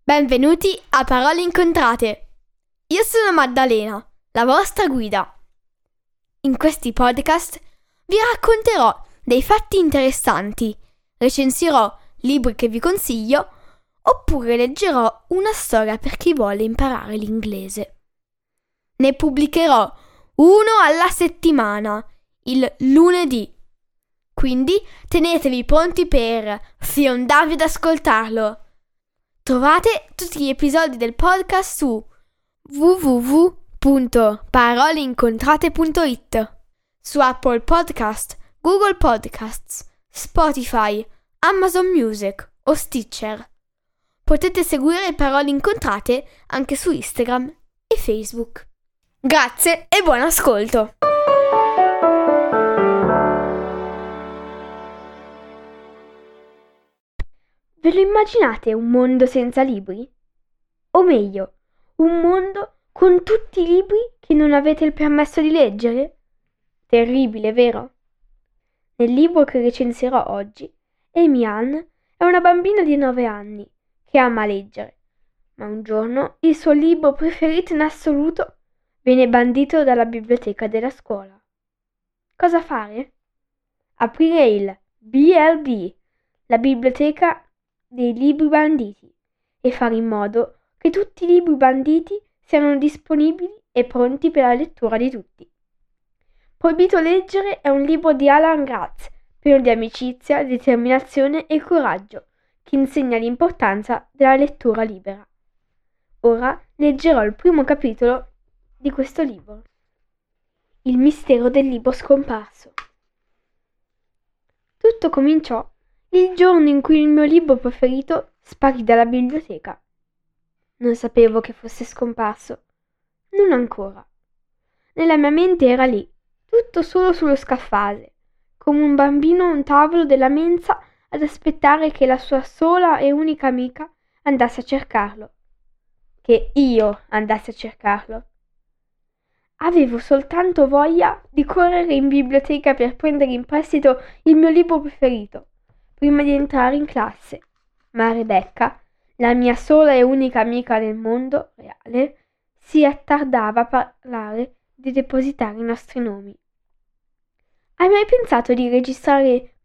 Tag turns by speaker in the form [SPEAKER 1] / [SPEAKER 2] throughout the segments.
[SPEAKER 1] Benvenuti a Parole Incontrate. Io sono Maddalena, la vostra guida. In questi podcast vi racconterò dei fatti interessanti, recensirò libri che vi consiglio, oppure leggerò una storia per chi vuole imparare l'inglese. Ne pubblicherò uno alla settimana, il lunedì. Quindi tenetevi pronti per fiondarvi ad ascoltarlo. Trovate tutti gli episodi del podcast su www.paroleincontrate.it, su Apple Podcast, Google Podcasts, Spotify, Amazon Music o Stitcher. Potete seguire Parole Incontrate anche su Instagram e Facebook. Grazie e buon ascolto! Ve lo immaginate un mondo senza libri? O meglio, un mondo con tutti i libri che non avete il permesso di leggere? Terribile, vero? Nel libro che recensirò oggi, Amy Ann è una bambina di 9 anni che ama leggere, ma un giorno il suo libro preferito in assoluto viene bandito dalla biblioteca della scuola. Cosa fare? Aprire il BLD, la biblioteca dei libri banditi, e fare in modo che tutti i libri banditi siano disponibili e pronti per la lettura di tutti. Proibito leggere è un libro di Alan Gratz, pieno di amicizia, determinazione e coraggio, che insegna l'importanza della lettura libera. Ora leggerò il primo capitolo di questo libro. Il mistero del libro scomparso. Tutto cominciò il giorno in cui il mio libro preferito sparì dalla biblioteca. Non sapevo che fosse scomparso. Non ancora. Nella mia mente era lì, tutto solo sullo scaffale, come un bambino a un tavolo della mensa ad aspettare che la sua sola e unica amica andasse a cercarlo. Che io andassi a cercarlo. Avevo soltanto voglia di correre in biblioteca per prendere in prestito il mio libro preferito, prima di entrare in classe, ma Rebecca, la mia sola e unica amica nel mondo reale, si attardava a parlare di depositare i nostri nomi. Hai mai pensato di registrare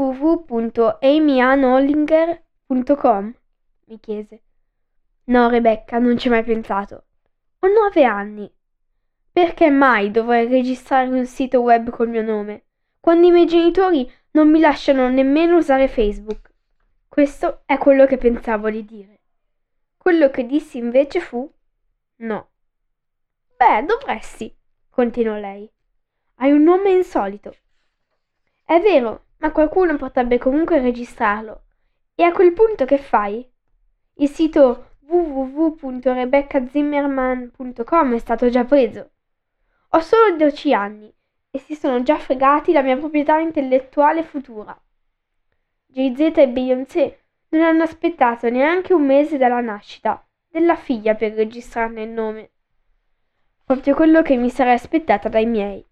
[SPEAKER 1] www.amyannhollinger.com? mi chiese. No, Rebecca, non ci ho mai pensato. Ho 9 anni. Perché mai dovrei registrare un sito web col mio nome, quando i miei genitori non mi lasciano nemmeno usare Facebook? Questo è quello che pensavo di dire. Quello che dissi invece fu: no. Beh, dovresti, continuò lei. Hai un nome insolito. È vero, ma qualcuno potrebbe comunque registrarlo. E a quel punto che fai? Il sito www.rebeccazimmerman.com è stato già preso. Ho solo 12 anni e si sono già fregati la mia proprietà intellettuale futura. Jay-Z e Beyoncé non hanno aspettato neanche un mese dalla nascita della figlia per registrarne il nome. Proprio quello che mi sarei aspettata dai miei.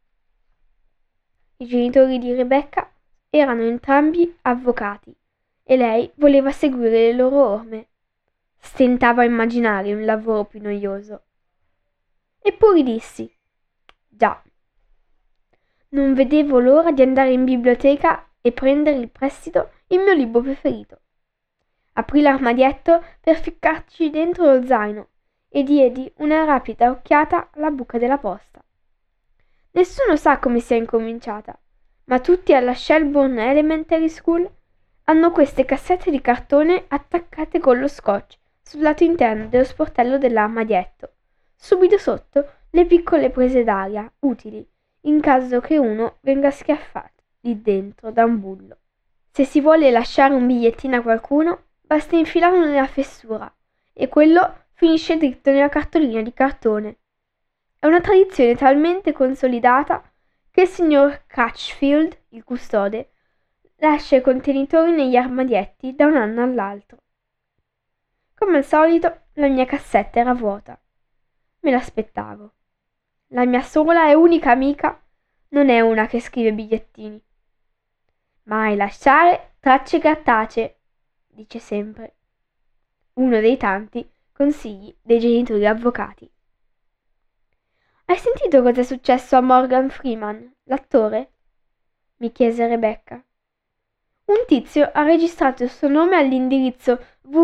[SPEAKER 1] I genitori di Rebecca erano entrambi avvocati e lei voleva seguire le loro orme. Stentava a immaginare un lavoro più noioso. Eppure dissi: già. Non vedevo l'ora di andare in biblioteca e prendere in prestito il mio libro preferito. Aprì l'armadietto per ficcarci dentro lo zaino e diedi una rapida occhiata alla buca della posta. Nessuno sa come sia incominciata, ma tutti alla Shelburne Elementary School hanno queste cassette di cartone attaccate con lo scotch sul lato interno dello sportello dell'armadietto. Subito sotto le piccole prese d'aria utili in caso che uno venga schiaffato lì dentro da un bullo. Se si vuole lasciare un bigliettino a qualcuno, basta infilarlo nella fessura e quello finisce dritto nella cartolina di cartone. È una tradizione talmente consolidata che il signor Catchfield, il custode, lascia i contenitori negli armadietti da un anno all'altro. Come al solito, la mia cassetta era vuota. Me l'aspettavo. La mia sola e unica amica non è una che scrive bigliettini. Mai lasciare tracce cartacee, dice sempre. uno dei tanti consigli dei genitori avvocati. Hai sentito cosa è successo a Morgan Freeman, l'attore? Mi chiese Rebecca. Un tizio ha registrato il suo nome all'indirizzo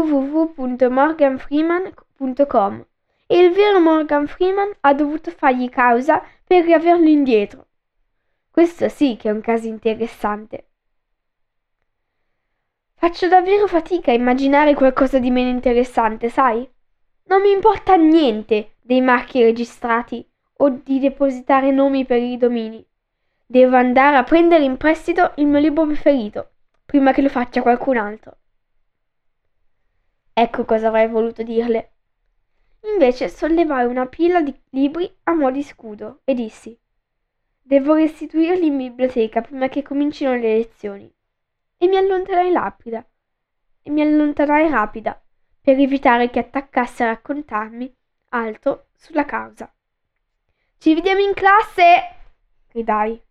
[SPEAKER 1] www.morganfreeman.com e il vero Morgan Freeman ha dovuto fargli causa per riaverlo indietro. Questo sì che è un caso interessante. Faccio davvero fatica a immaginare qualcosa di meno interessante, sai? Non mi importa niente dei marchi registrati o di depositare nomi per i domini. Devo andare a prendere in prestito il mio libro preferito, prima che lo faccia qualcun altro. Ecco cosa avrei voluto dirle. Invece sollevai una pila di libri a mo' di scudo e dissi: devo restituirli in biblioteca prima che comincino le lezioni. E mi allontanai rapida per evitare che attaccasse a raccontarmi altro sulla causa. Ci vediamo in classe! Gridai.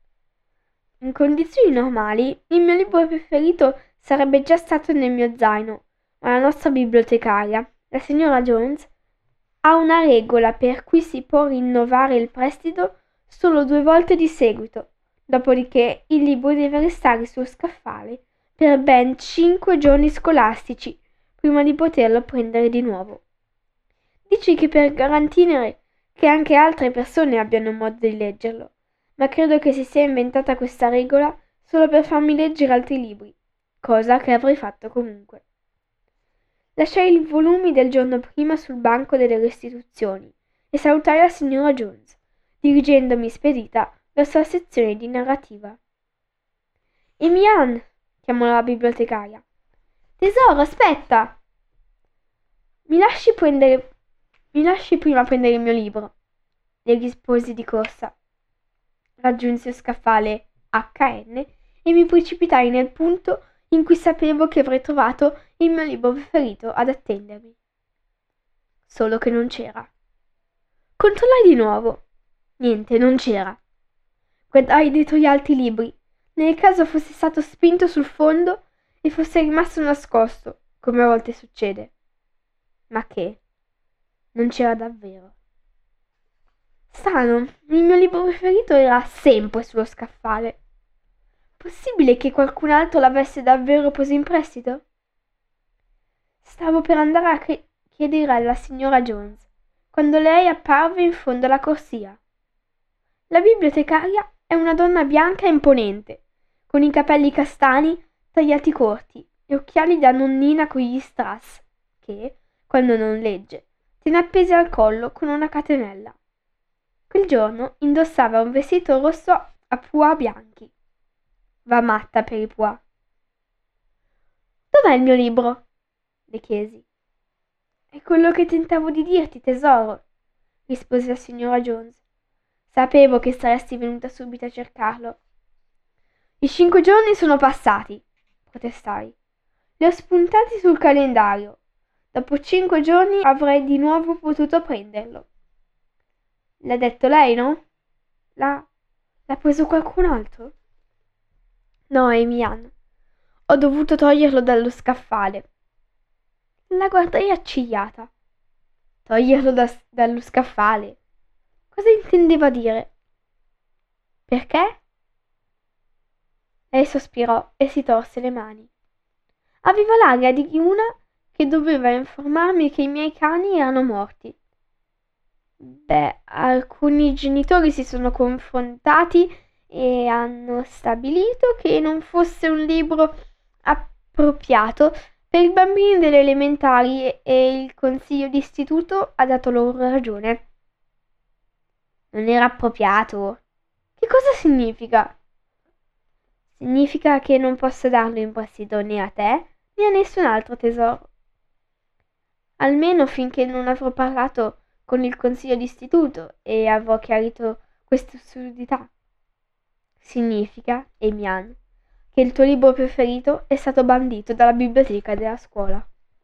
[SPEAKER 1] In condizioni normali, il mio libro preferito sarebbe già stato nel mio zaino, ma la nostra bibliotecaria, la signora Jones, ha una regola per cui si può rinnovare il prestito solo 2 volte di seguito, dopodiché il libro deve restare sullo scaffale per ben 5 giorni scolastici prima di poterlo prendere di nuovo. Dici che per garantire che anche altre persone abbiano modo di leggerlo, ma credo che si sia inventata questa regola solo per farmi leggere altri libri, cosa che avrei fatto comunque. Lasciai i volumi del giorno prima sul banco delle restituzioni e salutai la signora Jones, dirigendomi spedita verso la sezione di narrativa. Emian, chiamò la bibliotecaria. Tesoro, aspetta! Mi lasci prima prendere il mio libro, le risposi di corsa. Raggiunsi lo scaffale HN e mi precipitai nel punto in cui sapevo che avrei trovato il mio libro preferito ad attendermi. Solo che non c'era. Controllai di nuovo. Niente, non c'era. Guardai dietro gli altri libri, nel caso fosse stato spinto sul fondo e fosse rimasto nascosto, come a volte succede. Ma che? Non c'era davvero. Strano, il mio libro preferito era sempre sullo scaffale. Possibile che qualcun altro l'avesse davvero preso in prestito? Stavo per andare a chiedere alla signora Jones, quando lei apparve in fondo alla corsia. La bibliotecaria è una donna bianca e imponente, con i capelli castani tagliati corti e occhiali da nonnina con gli strass, che, quando non legge, tiene appesi al collo con una catenella. Quel giorno indossava un vestito rosso a pua bianchi. Va matta per i pua. Dov'è il mio libro? Le chiesi. È quello che tentavo di dirti, tesoro, rispose la signora Jones. Sapevo che saresti venuta subito a cercarlo. I 5 giorni sono passati, protestai. Li ho spuntati sul calendario. Dopo 5 giorni avrei di nuovo potuto prenderlo. L'ha detto lei, no? L'ha preso qualcun altro? No, Emian. Ho dovuto toglierlo dallo scaffale. La guardai accigliata. Toglierlo dallo scaffale? Cosa intendeva dire? Perché? Lei sospirò e si torse le mani. Aveva l'aria di una che doveva informarmi che i miei cani erano morti. Beh, alcuni genitori si sono confrontati e hanno stabilito che non fosse un libro appropriato per i bambini delle elementari e il consiglio d'istituto ha dato loro ragione. Non era appropriato? Che cosa significa? Significa che non posso darlo in prestito né a te né a nessun altro, tesoro. Almeno finché non avrò parlato con il consiglio d'istituto e avrò chiarito questa assurdità. Significa, Emian, che il tuo libro preferito è stato bandito dalla biblioteca della scuola.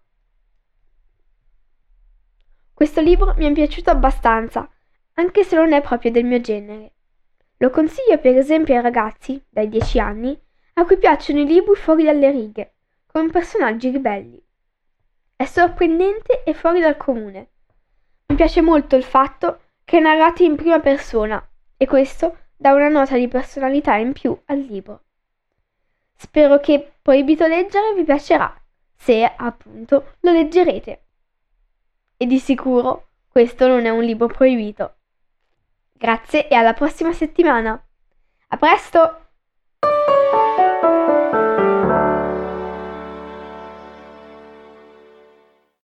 [SPEAKER 1] Questo libro mi è piaciuto abbastanza, anche se non è proprio del mio genere. Lo consiglio per esempio ai ragazzi, dai 10 anni, a cui piacciono i libri fuori dalle righe, con personaggi ribelli. È sorprendente e fuori dal comune. Mi piace molto il fatto che è narrato in prima persona e questo dà una nota di personalità in più al libro. Spero che Proibito leggere vi piacerà, se appunto lo leggerete. E di sicuro questo non è un libro proibito. Grazie e alla prossima settimana. A presto!